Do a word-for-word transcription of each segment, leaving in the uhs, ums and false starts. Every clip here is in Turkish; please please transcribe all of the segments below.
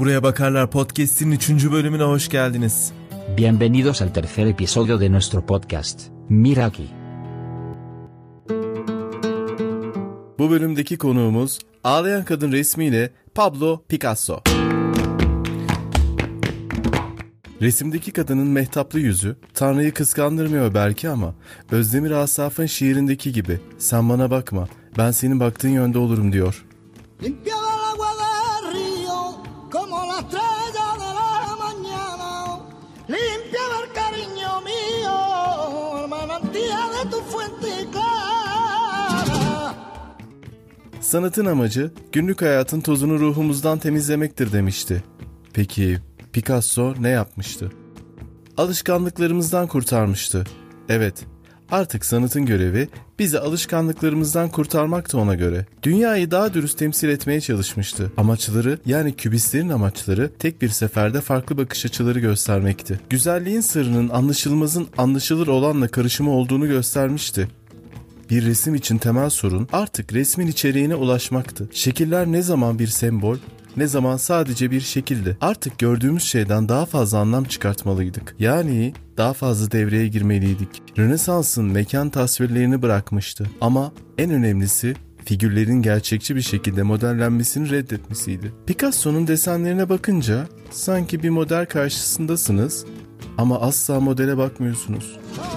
Buraya Bakarlar Podcast'in üçüncü bölümüne hoş geldiniz. Bienvenidos al tercer episodio de nuestro podcast, Mira aquí. Bu bölümdeki konuğumuz ağlayan kadın resmiyle Pablo Picasso. Resimdeki kadının mehtaplı yüzü Tanrı'yı kıskandırmıyor belki ama Özdemir Asaf'ın şiirindeki gibi "Sen bana bakma, ben senin baktığın yönde olurum" diyor. Sanatın amacı günlük hayatın tozunu ruhumuzdan temizlemektir demişti. Peki Picasso ne yapmıştı? Alışkanlıklarımızdan kurtarmıştı. Evet, artık sanatın görevi bizi alışkanlıklarımızdan kurtarmaktı ona göre. Dünyayı daha dürüst temsil etmeye çalışmıştı. Amaçları, yani kübistlerin amaçları tek bir seferde farklı bakış açıları göstermekti. Güzelliğin sırrının anlaşılmazın anlaşılır olanla karışımı olduğunu göstermişti. Bir resim için temel sorun artık resmin içeriğine ulaşmaktı. Şekiller ne zaman bir sembol, ne zaman sadece bir şekildi. Artık gördüğümüz şeyden daha fazla anlam çıkartmalıydık. Yani daha fazla devreye girmeliydik. Rönesans'ın mekan tasvirlerini bırakmıştı. Ama en önemlisi figürlerin gerçekçi bir şekilde modellenmesini reddetmesiydi. Picasso'nun desenlerine bakınca sanki bir model karşısındasınız ama asla modele bakmıyorsunuz.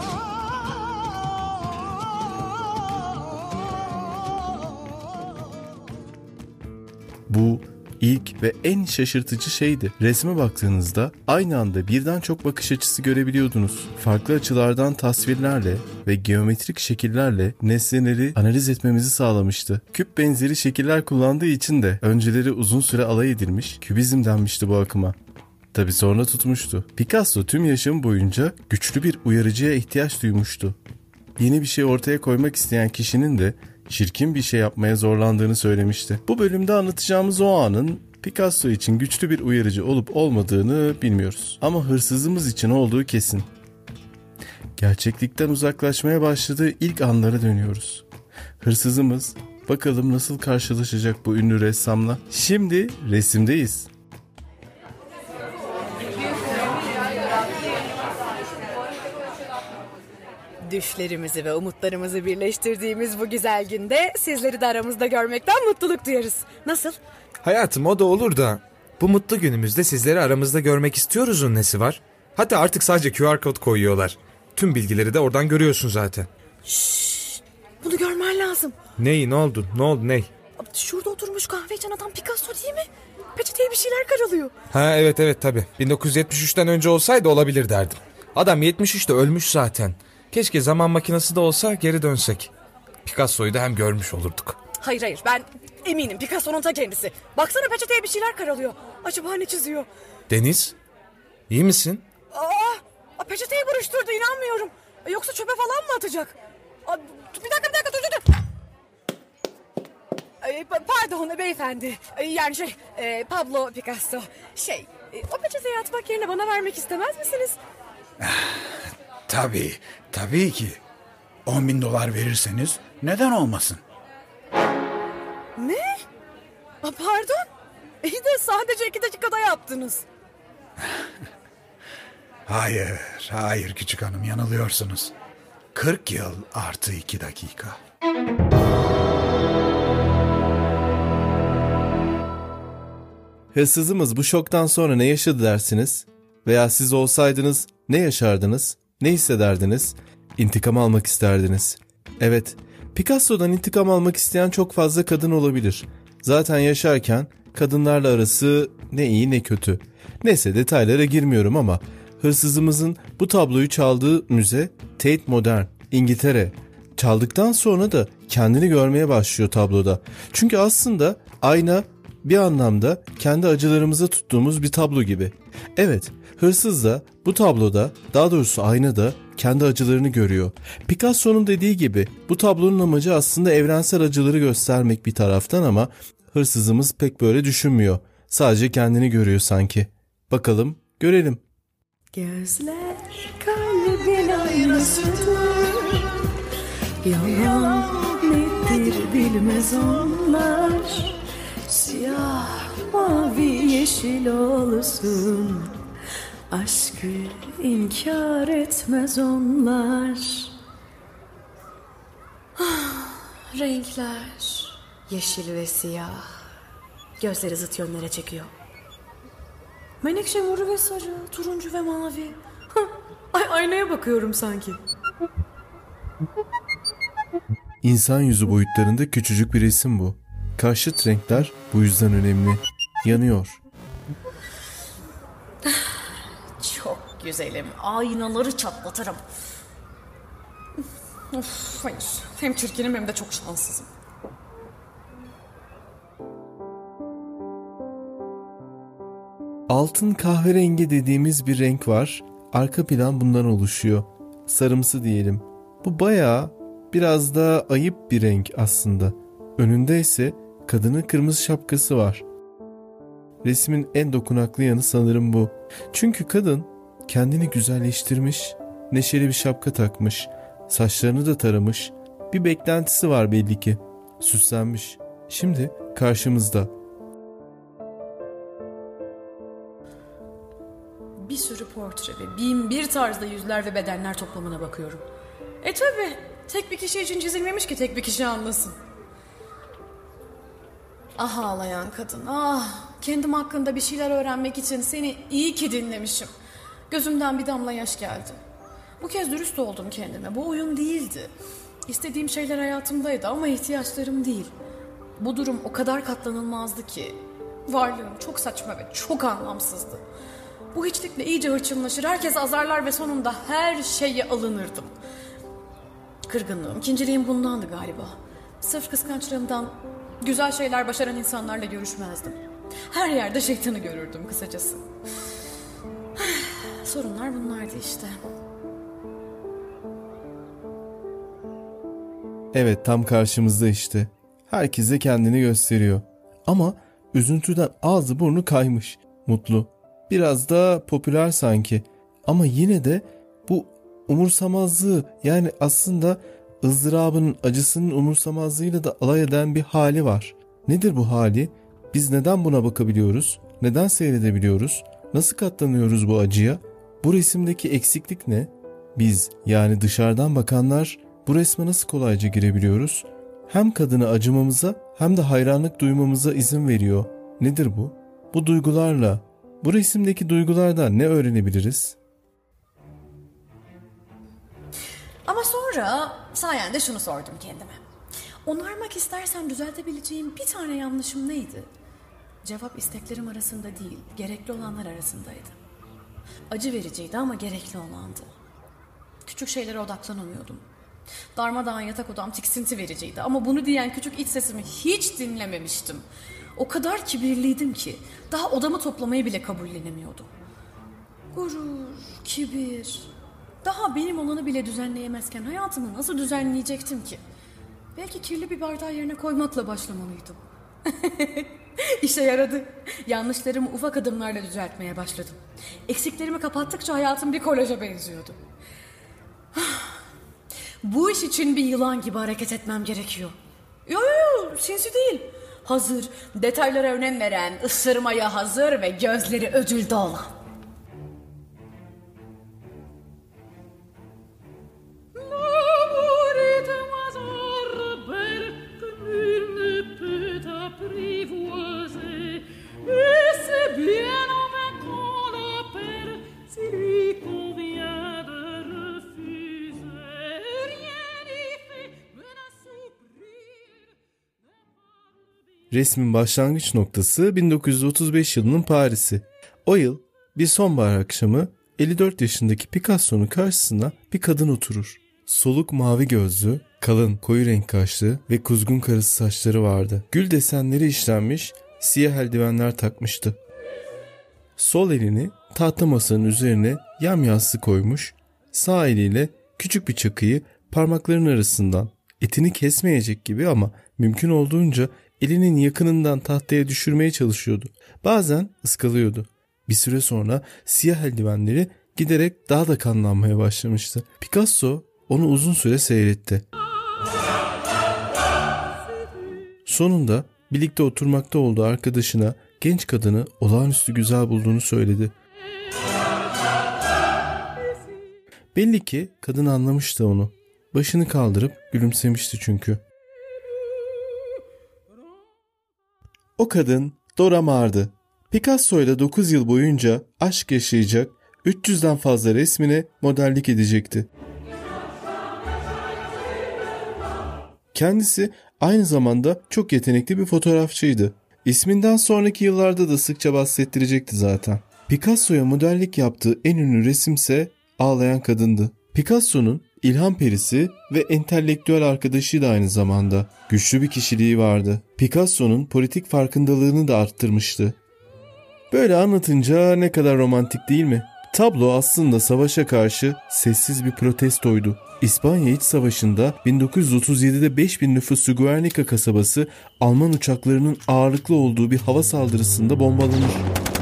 Bu ilk ve en şaşırtıcı şeydi. Resme baktığınızda aynı anda birden çok bakış açısı görebiliyordunuz. Farklı açılardan tasvirlerle ve geometrik şekillerle nesneleri analiz etmemizi sağlamıştı. Küp benzeri şekiller kullandığı için de önceleri uzun süre alay edilmiş, kübizm denmişti bu akıma. Tabi sonra tutmuştu. Picasso tüm yaşam boyunca güçlü bir uyarıcıya ihtiyaç duymuştu. Yeni bir şey ortaya koymak isteyen kişinin de çirkin bir şey yapmaya zorlandığını söylemişti. Bu bölümde anlatacağımız o anın Picasso için güçlü bir uyarıcı olup olmadığını bilmiyoruz. Ama hırsızımız için olduğu kesin. Gerçeklikten uzaklaşmaya başladığı ilk anlara dönüyoruz. Hırsızımız bakalım nasıl karşılaşacak bu ünlü ressamla. Şimdi resimdeyiz. Düşlerimizi ve umutlarımızı birleştirdiğimiz bu güzel günde sizleri de aramızda görmekten mutluluk duyarız. Nasıl? Hayatım o da olur da bu mutlu günümüzde sizleri aramızda görmek istiyoruzun nesi var? Hatta artık sadece Q R kod koyuyorlar. Tüm bilgileri de oradan görüyorsun zaten. Şşş, bunu görmen lazım. Ney, ne oldu? Ne oldu, ney? Şurada oturmuş kahve içen adam Picasso değil mi? Peçeteye bir şeyler karalıyor. Ha evet evet tabii. bin dokuz yüz yetmiş üçten önce olsaydı olabilir derdim. Adam yetmiş üçte ölmüş zaten. Keşke zaman makinesi de olsa geri dönsek. Picasso'yu da hem görmüş olurduk. Hayır hayır ben eminim Picasso'nun ta kendisi. Baksana peçeteye bir şeyler karalıyor. Acaba ne çiziyor? Deniz, iyi misin? Aa, peçeteyi buruşturdu, inanmıyorum. Yoksa çöpe falan mı atacak? Aa, bir dakika bir dakika dur dur dur. Ee, pardon beyefendi. Ee, yani şey e, Pablo Picasso. Şey e, o peçeteyi atmak yerine bana vermek istemez misiniz? Tabii, tabii ki. On bin dolar verirseniz neden olmasın? Ne? Aa, pardon? İyi de sadece iki dakikada yaptınız. Hayır, hayır küçük hanım, yanılıyorsunuz. Kırk yıl artı iki dakika. Hırsızımız bu şoktan sonra ne yaşadı dersiniz? Veya siz olsaydınız ne yaşardınız? Ne hissederdiniz? İntikam almak isterdiniz. Evet, Picasso'dan intikam almak isteyen çok fazla kadın olabilir. Zaten yaşarken kadınlarla arası ne iyi ne kötü. Neyse detaylara girmiyorum ama hırsızımızın bu tabloyu çaldığı müze Tate Modern, İngiltere. Çaldıktan sonra da kendini görmeye başlıyor tabloda. Çünkü aslında ayna bir anlamda kendi acılarımıza tuttuğumuz bir tablo gibi. Evet, hırsız da bu tabloda, daha doğrusu aynada kendi acılarını görüyor. Picasso'nun dediği gibi bu tablonun amacı aslında evrensel acıları göstermek bir taraftan ama hırsızımız pek böyle düşünmüyor. Sadece kendini görüyor sanki. Bakalım, görelim. Gözler kalbin aynasıdır, yalan nedir bilmez onlar. siyah, mavi, yeşil olsun. Aşkı inkar etmez onlar. Ah, renkler, yeşil ve siyah. Gözleri zıt yönlere çekiyor. Menekşe moru ve sarı, turuncu ve mavi. Ay, aynaya bakıyorum sanki. İnsan yüzü boyutlarında küçücük bir resim bu. Karşıt renkler bu yüzden önemli. Yanıyor. Çok güzelim. Aynaları çatlatırım. Of, hayır. Hem çirkinim hem de çok şanssızım. Altın kahverengi dediğimiz bir renk var. Arka plan bundan oluşuyor. Sarımsı diyelim. Bu bayağı biraz da ayıp bir renk aslında. Önünde ise kadının kırmızı şapkası var. Resmin en dokunaklı yanı sanırım bu. Çünkü kadın kendini güzelleştirmiş, neşeli bir şapka takmış, saçlarını da taramış. Bir beklentisi var belli ki. Süslenmiş. Şimdi karşımızda. Bir sürü portre ve bin bir tarzda yüzler ve bedenler toplamına bakıyorum. E tabi tek bir kişi için çizilmemiş ki tek bir kişi anlasın. Ah ağlayan kadın, ah, kendim hakkında bir şeyler öğrenmek için seni iyi ki dinlemişim. Gözümden bir damla yaş geldi. Bu kez dürüst oldum kendime. Bu oyun değildi. İstediğim şeyler hayatımdaydı ama ihtiyaçlarım değil. Bu durum o kadar katlanılmazdı ki. Varlığım çok saçma ve çok anlamsızdı. Bu hiçlikle iyice hırçınlaşır, herkes azarlar ve sonunda her şeye alınırdım. Kırgınlığım, ikinciliğim bundandı galiba. Sırf kıskançlığımdan güzel şeyler başaran insanlarla görüşmezdim. Her yerde şeytanı görürdüm kısacası. Sorunlar bunlardı işte. Evet, tam karşımızda işte. Herkese kendini gösteriyor. Ama üzüntüden ağzı burnu kaymış. Mutlu. Biraz da popüler sanki. Ama yine de bu umursamazlığı, yani aslında ızdırabının, acısının umursamazlığıyla da alay eden bir hali var. Nedir bu hali? Biz neden buna bakabiliyoruz? Neden seyredebiliyoruz? Nasıl katlanıyoruz bu acıya? Bu resimdeki eksiklik ne? Biz, yani dışarıdan bakanlar, bu resme nasıl kolayca girebiliyoruz? Hem kadına acımamıza hem de hayranlık duymamıza izin veriyor. Nedir bu? Bu duygularla, bu resimdeki duygulardan ne öğrenebiliriz? Ama sonra sayende şunu sordum kendime. Onarmak istersen düzeltebileceğim bir tane yanlışım neydi? Cevap isteklerim arasında değil, gerekli olanlar arasındaydı. Acı vericiydi ama gerekli olandı. Küçük şeylere odaklanamıyordum. Darmadağın yatak odam tiksinti vericiydi ama bunu diyen küçük iç sesimi hiç dinlememiştim. O kadar kibirliydim ki daha odamı toplamayı bile kabullenemiyordum. Gurur, kibir. Daha benim olanı bile düzenleyemezken hayatımı nasıl düzenleyecektim ki? Belki kirli bir bardağı yerine koymakla başlamalıydım. İşe yaradı. Yanlışlarımı ufak adımlarla düzeltmeye başladım. Eksiklerimi kapattıkça hayatım bir kolaja benziyordu. Bu iş için bir yılan gibi hareket etmem gerekiyor. Yo yo yo, sinsi değil. Hazır, detaylara önem veren, ısırmaya hazır ve gözleri ödülde olan. Resmin başlangıç noktası bin dokuz yüz otuz beş yılının Paris'i. O yıl bir sonbahar akşamı elli dört yaşındaki Picasso'nun karşısına bir kadın oturur. Soluk mavi gözlü, kalın koyu renk kaşlı ve kuzgun karısı saçları vardı. Gül desenleri işlenmiş, siyah eldivenler takmıştı. Sol elini tahta masanın üzerine yamyassı koymuş, sağ eliyle küçük bir çakıyı parmaklarının arasından, etini kesmeyecek gibi ama mümkün olduğunca elinin yakınından tahtaya düşürmeye çalışıyordu. Bazen ıskalıyordu. Bir süre sonra siyah eldivenleri giderek daha da kanlanmaya başlamıştı. Picasso onu uzun süre seyretti. Sonunda birlikte oturmakta olduğu arkadaşına genç kadını olağanüstü güzel bulduğunu söyledi. Belli ki kadın anlamıştı onu. Başını kaldırıp gülümsemişti çünkü. O kadın Dora Maar'dı. Picasso ile dokuz yıl boyunca aşk yaşayacak, üç yüzden fazla resmine modellik edecekti. Kendisi aynı zamanda çok yetenekli bir fotoğrafçıydı. İsminden sonraki yıllarda da sıkça bahsettirecekti zaten. Picasso'ya modellik yaptığı en ünlü resimse Ağlayan Kadın'dı. Picasso'nun ilham perisi ve entelektüel arkadaşıydı aynı zamanda. Güçlü bir kişiliği vardı. Picasso'nun politik farkındalığını da arttırmıştı. Böyle anlatınca ne kadar romantik değil mi? Tablo aslında savaşa karşı sessiz bir protestoydu. İspanya İç Savaşı'nda bin dokuz yüz otuz yedide beş bin nüfuslu Guernica kasabası Alman uçaklarının ağırlıklı olduğu bir hava saldırısında bombalanır.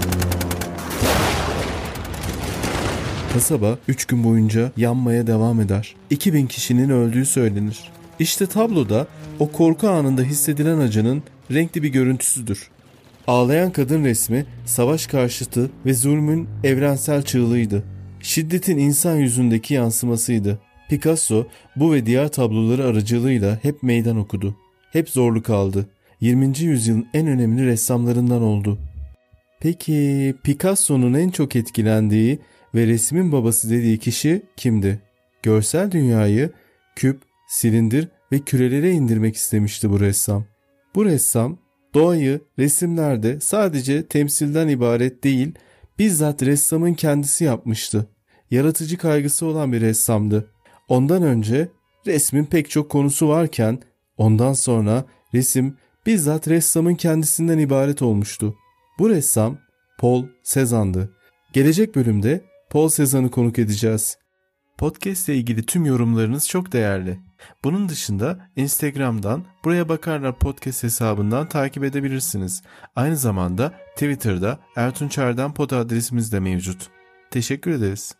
Kasaba üç gün boyunca yanmaya devam eder. iki bin kişinin öldüğü söylenir. İşte tabloda o korku anında hissedilen acının renkli bir görüntüsüdür. Ağlayan Kadın resmi savaş karşıtı ve zulmün evrensel çığlığıydı. Şiddetin insan yüzündeki yansımasıydı. Picasso bu ve diğer tabloları aracılığıyla hep meydan okudu. Hep zorluk aldı. yirminci yüzyılın en önemli ressamlarından oldu. Peki Picasso'nun en çok etkilendiği ve resmin babası dediği kişi kimdi? Görsel dünyayı küp, silindir ve kürelere indirmek istemişti bu ressam. Bu ressam doğayı resimlerde sadece temsilden ibaret değil, bizzat ressamın kendisi yapmıştı. Yaratıcı kaygısı olan bir ressamdı. Ondan önce resmin pek çok konusu varken, ondan sonra resim bizzat ressamın kendisinden ibaret olmuştu. Bu ressam Paul Cézanne'dı. Gelecek bölümde Paul Cézanne'ı konuk edeceğiz. Podcast ile ilgili tüm yorumlarınız çok değerli. Bunun dışında Instagram'dan Buraya Bakarlar Podcast hesabından takip edebilirsiniz. Aynı zamanda Twitter'da Ertunç Erdem Pod adresimiz de mevcut. Teşekkür ederiz.